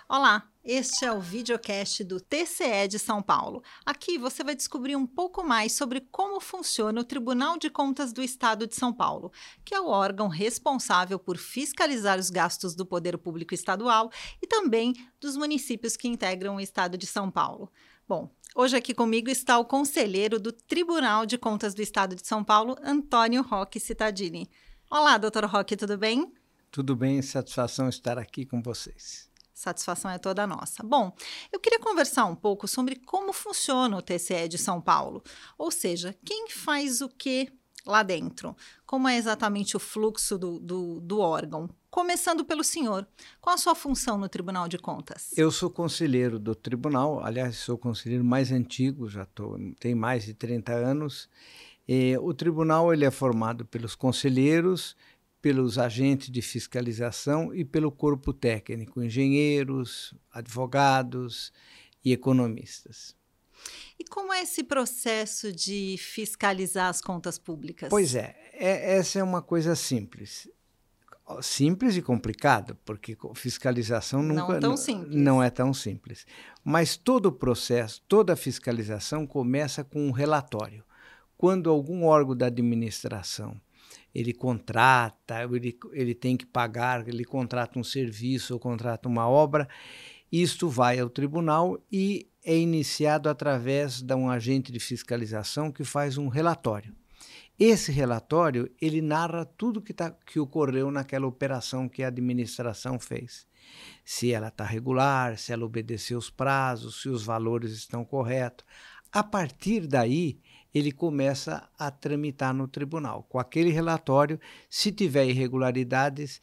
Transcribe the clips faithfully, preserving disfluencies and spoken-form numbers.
Olá, este é o videocast do T C E de São Paulo. Aqui você vai descobrir um pouco mais sobre como funciona o Tribunal de Contas do Estado de São Paulo, que é o órgão responsável por fiscalizar os gastos do poder público estadual e também dos municípios que integram o Estado de São Paulo. Bom, hoje aqui comigo está o conselheiro do Tribunal de Contas do Estado de São Paulo, Antônio Roque Cittadini. Olá, doutor Roque, tudo bem? Tudo bem, satisfação estar aqui com vocês. Satisfação é toda nossa. Bom, eu queria conversar um pouco sobre como funciona o T C E de São Paulo, ou seja, quem faz o que lá dentro, como é exatamente o fluxo do, do, do órgão. Começando pelo senhor, qual a sua função no Tribunal de Contas? Eu sou conselheiro do tribunal, aliás, sou o conselheiro mais antigo, já tô, tem mais de trinta anos. E o tribunal ele é formado pelos conselheiros, pelos agentes de fiscalização e pelo corpo técnico, engenheiros, advogados e economistas. E como é esse processo de fiscalizar as contas públicas? Pois é, é essa é uma coisa simples. Simples e complicado, porque fiscalização não nunca tão simples. não é tão simples. Mas todo o processo, toda a fiscalização começa com um relatório. Quando algum órgão da administração ele contrata, ele, ele tem que pagar, ele contrata um serviço ou contrata uma obra, isto vai ao tribunal e é iniciado através de um agente de fiscalização que faz um relatório. Esse relatório, ele narra tudo que, tá, que ocorreu naquela operação que a administração fez. Se ela está regular, se ela obedeceu os prazos, se os valores estão corretos. A partir daí, ele começa a tramitar no tribunal. Com aquele relatório, se tiver irregularidades,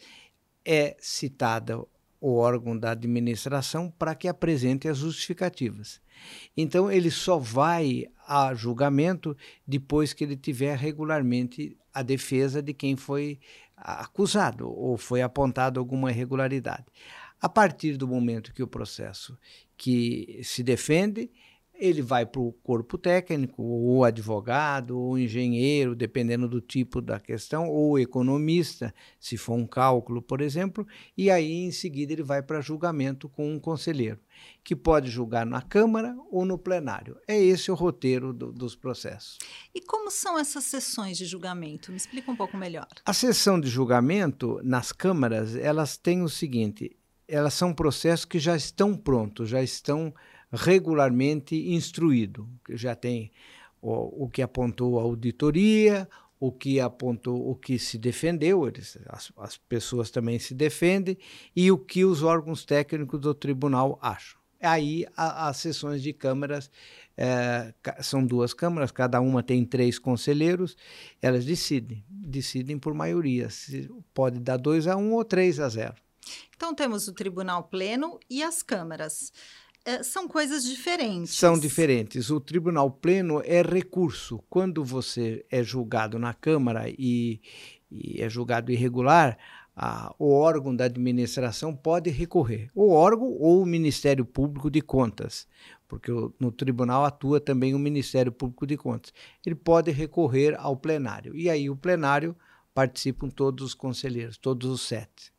é citado o órgão da administração para que apresente as justificativas. Então, ele só vai a julgamento depois que ele tiver regularmente a defesa de quem foi acusado ou foi apontado alguma irregularidade. A partir do momento que o processo que se defende, ele vai para o corpo técnico, ou advogado, ou engenheiro, dependendo do tipo da questão, ou economista, se for um cálculo, por exemplo, e aí em seguida ele vai para julgamento com um conselheiro, que pode julgar na Câmara ou no plenário. É esse o roteiro do, dos processos. E como são essas sessões de julgamento? Me explica um pouco melhor. A sessão de julgamento nas câmaras, elas têm o seguinte, elas são processos que já estão prontos, já estão regularmente instruído, que já tem o, o que apontou a auditoria, o que apontou, o que se defendeu, eles, as, as pessoas também se defendem, e o que os órgãos técnicos do tribunal acham. Aí a, as sessões de câmaras, é, são duas câmaras, cada uma tem três conselheiros, elas decidem, decidem por maioria, se pode dar dois a um ou três a zero. Então temos o tribunal pleno e as câmaras. É, são coisas diferentes. São diferentes. O tribunal pleno é recurso. Quando você é julgado na Câmara e, e é julgado irregular, a, o órgão da administração pode recorrer. O órgão ou o Ministério Público de Contas, porque o, no tribunal atua também o Ministério Público de Contas. Ele pode recorrer ao plenário. E aí o plenário participam todos os conselheiros, todos os sete.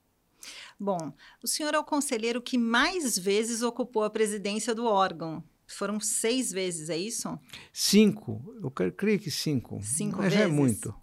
Bom, o senhor é o conselheiro que mais vezes ocupou a presidência do órgão. Foram seis vezes, é isso? Cinco. Eu creio que cinco. Cinco Mas vezes? já é muito.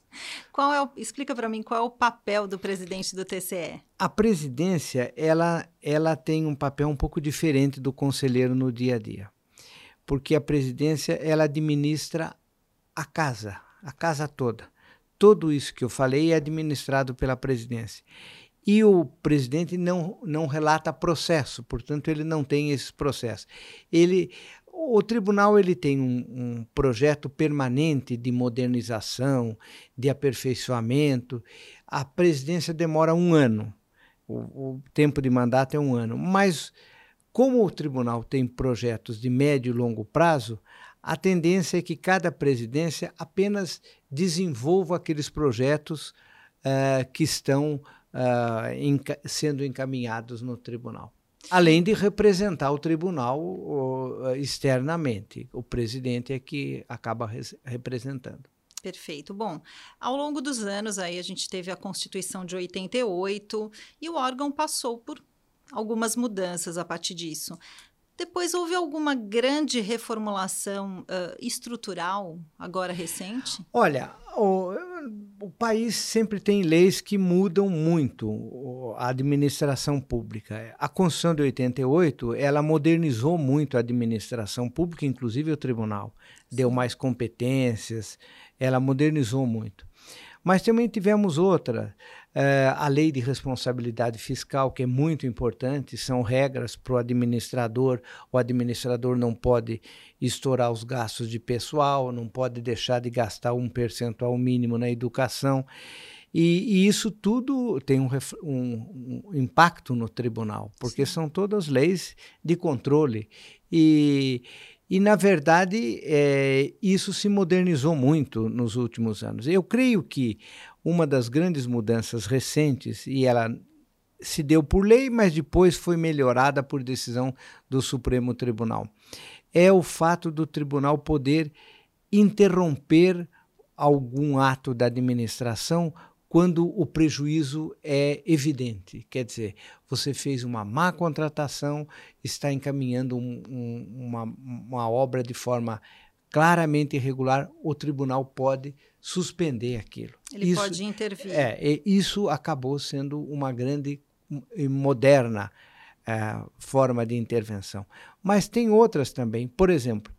Qual é o, explica para mim qual é o papel do presidente do T C E. A presidência, ela, ela tem um papel um pouco diferente do conselheiro no dia a dia. Porque a presidência, ela administra a casa, a casa toda. Tudo isso que eu falei é administrado pela presidência. E o presidente não, não relata processo, portanto, ele não tem esse processo. Ele, o tribunal ele tem um, um projeto permanente de modernização, de aperfeiçoamento. A presidência demora um ano, o, o tempo de mandato é um ano. Mas, como o tribunal tem projetos de médio e longo prazo, a tendência é que cada presidência apenas desenvolva aqueles projetos uh, que estão Uh, enca- sendo encaminhados no tribunal. Além de representar o tribunal uh, externamente. O presidente é que acaba res- representando. Perfeito. Bom, ao longo dos anos aí a gente teve a Constituição de oitenta e oito e o órgão passou por algumas mudanças a partir disso. Depois houve alguma grande reformulação uh, estrutural, agora recente? Olha, o, o país sempre tem leis que mudam muito a administração pública. A Constituição de oitenta e oito, ela modernizou muito a administração pública, inclusive o tribunal. Deu mais competências, ela modernizou muito. Mas também tivemos outra, uh, a lei de responsabilidade fiscal, que é muito importante, são regras para o administrador. O administrador não pode estourar os gastos de pessoal, não pode deixar de gastar um percentual mínimo na educação. E, e isso tudo tem um, um, um impacto no tribunal, porque Sim. são todas leis de controle. E... E, na verdade, é, isso se modernizou muito nos últimos anos. Eu creio que uma das grandes mudanças recentes, e ela se deu por lei, mas depois foi melhorada por decisão do Supremo Tribunal, é o fato do tribunal poder interromper algum ato da administração quando o prejuízo é evidente. Quer dizer, você fez uma má contratação, está encaminhando um, um, uma, uma obra de forma claramente irregular, o tribunal pode suspender aquilo. Ele isso, pode intervir. É, isso acabou sendo uma grande e moderna é, forma de intervenção. Mas tem outras também. Por exemplo,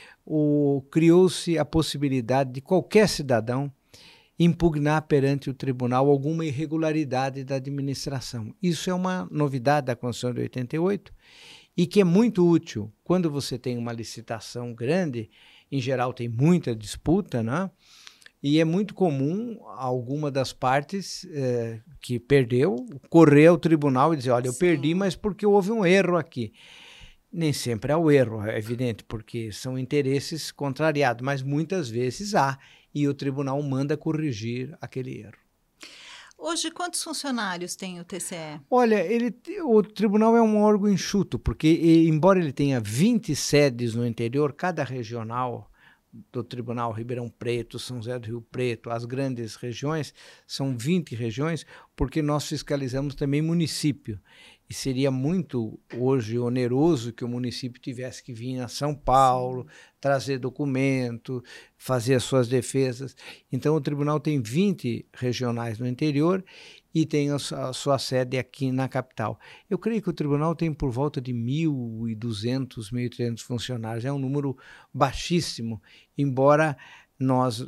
o, criou-se a possibilidade de qualquer cidadão impugnar perante o tribunal alguma irregularidade da administração. Isso é uma novidade da Constituição de oitenta e oito e que é muito útil. Quando você tem uma licitação grande, em geral tem muita disputa, né? E é muito comum alguma das partes eh, que perdeu correr ao tribunal e dizer, olha, eu Sim. perdi, mas porque houve um erro aqui. Nem sempre há o erro, é evidente, porque são interesses contrariados, mas muitas vezes há. E o tribunal manda corrigir aquele erro. Hoje, quantos funcionários tem o T C E? Olha, ele, o tribunal é um órgão enxuto, porque e, embora ele tenha vinte sedes no interior, cada regional do tribunal, Ribeirão Preto, São José do Rio Preto, as grandes regiões, são vinte regiões, porque nós fiscalizamos também município. E seria muito, hoje, oneroso que o município tivesse que vir a São Paulo, Sim. trazer documento, fazer as suas defesas. Então, o tribunal tem vinte regionais no interior e tem a sua sede aqui na capital. Eu creio que o tribunal tem por volta de mil e duzentos, mil e trezentos funcionários. É um número baixíssimo, embora nós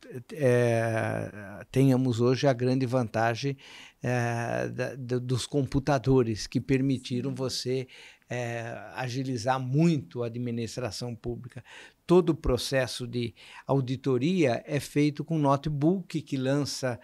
é, tenhamos hoje a grande vantagem é, da, da, dos computadores que permitiram você é, agilizar muito a administração pública. Todo o processo de auditoria é feito com notebook que lança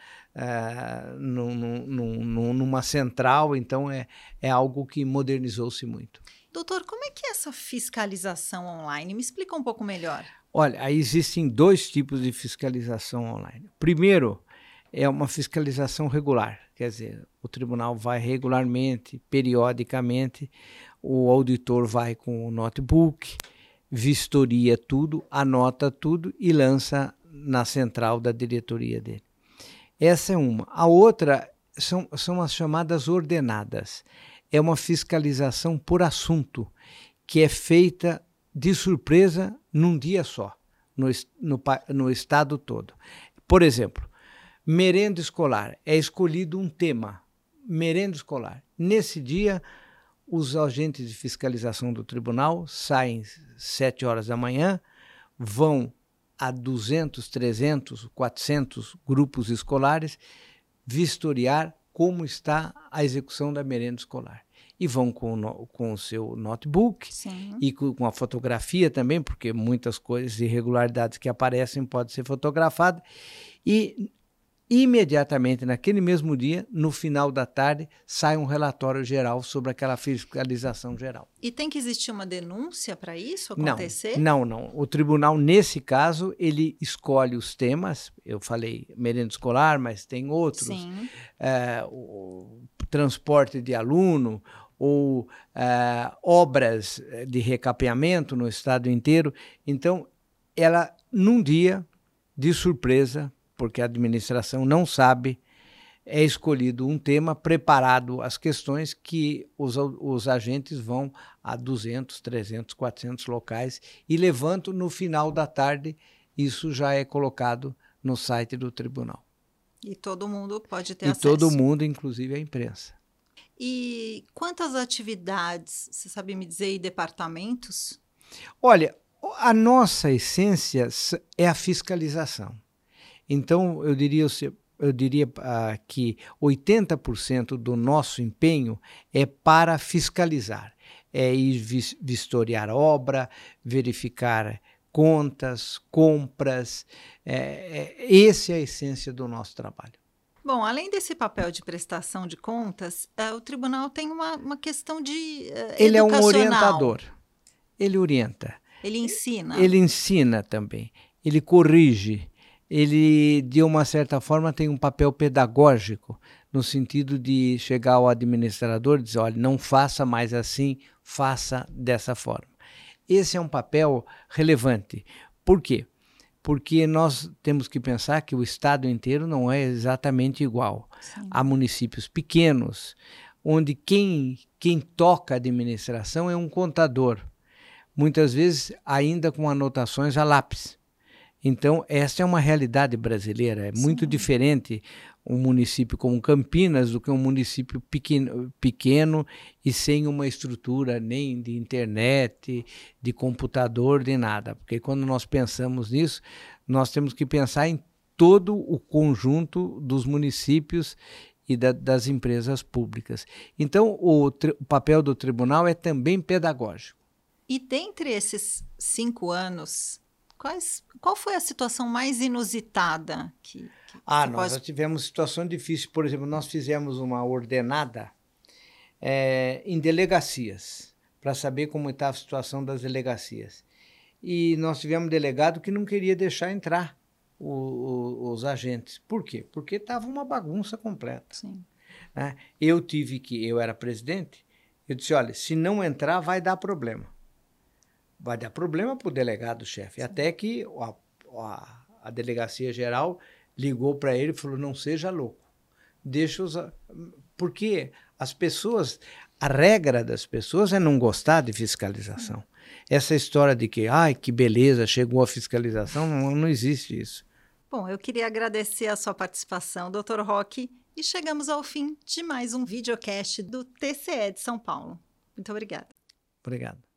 uh, no, no, no, numa central, então é, é algo que modernizou-se muito. Doutor, como é que é essa fiscalização online? Me explica um pouco melhor. Olha, aí existem dois tipos de fiscalização online. Primeiro, é uma fiscalização regular, quer dizer, o tribunal vai regularmente, periodicamente, o auditor vai com o notebook, vistoria tudo, anota tudo e lança na central da diretoria dele. Essa é uma. A outra são, são as chamadas ordenadas. É uma fiscalização por assunto, que é feita de surpresa num dia só, no, no, no estado todo. Por exemplo, merenda escolar. É escolhido um tema, merenda escolar. Nesse dia, os agentes de fiscalização do tribunal saem sete horas da manhã, vão a duzentos, trezentos, quatrocentos grupos escolares vistoriar como está a execução da merenda escolar. E vão com, no, com o seu notebook Sim. e com, com a fotografia também, porque muitas coisas, irregularidades que aparecem podem ser fotografadas. E imediatamente, naquele mesmo dia, no final da tarde, sai um relatório geral sobre aquela fiscalização geral. E tem que existir uma denúncia para isso acontecer? Não, não, não. O tribunal, nesse caso, ele escolhe os temas. Eu falei merenda escolar, mas tem outros. Sim. É, o transporte de aluno ou é, obras de recapeamento no estado inteiro. Então, ela, num dia, de surpresa, porque a administração não sabe é escolhido um tema, preparado as questões que os, os agentes vão a duzentos, trezentos, quatrocentos locais e levantam no final da tarde. Isso já é colocado no site do tribunal. E todo mundo pode ter e acesso. E todo mundo, inclusive a imprensa. E quantas atividades, você sabe me dizer, e departamentos? Olha, a nossa essência é a fiscalização. Então, eu diria, eu diria uh, que oitenta por cento do nosso empenho é para fiscalizar. É ir vis vistoriar obra, verificar contas, compras. É, é, essa é a essência do nosso trabalho. Bom, além desse papel de prestação de contas, uh, o tribunal tem uma, uma questão de uh, Ele é um educacional. orientador. Ele orienta. Ele ensina. Ele ensina também. Ele corrige. Ele, de uma certa forma, tem um papel pedagógico, no sentido de chegar ao administrador e dizer, olha, não faça mais assim, faça dessa forma. Esse é um papel relevante. Por quê? Porque nós temos que pensar que o estado inteiro não é exatamente igual. Sim. Há municípios pequenos, onde quem, quem toca a administração é um contador, muitas vezes ainda com anotações a lápis. Então, essa é uma realidade brasileira. É muito Sim. diferente um município como Campinas do que um município pequeno, pequeno e sem uma estrutura nem de internet, de computador, de nada. Porque quando nós pensamos nisso, nós temos que pensar em todo o conjunto dos municípios e da, das empresas públicas. Então, o, o papel do tribunal é também pedagógico. E dentre esses cinco anos... Quais, qual foi a situação mais inusitada que, que Ah, você nós pode... já tivemos situação difícil. Por exemplo, nós fizemos uma ordenada é, em delegacias, para saber como estava a situação das delegacias. E nós tivemos um delegado que não queria deixar entrar o, o, os agentes. Por quê? Porque estava uma bagunça completa. Sim. Né? Eu tive que, eu era presidente, eu disse, olha, se não entrar vai dar problema. Vai dar problema para o delegado-chefe. Até que a, a, a delegacia geral ligou para ele e falou, não seja louco, deixa os... Porque as pessoas, a regra das pessoas é não gostar de fiscalização. Essa história de que, ai, que beleza, chegou a fiscalização, não, não existe isso. Bom, eu queria agradecer a sua participação, doutor Roque, e chegamos ao fim de mais um videocast do T C E de São Paulo. Muito obrigada. Obrigado.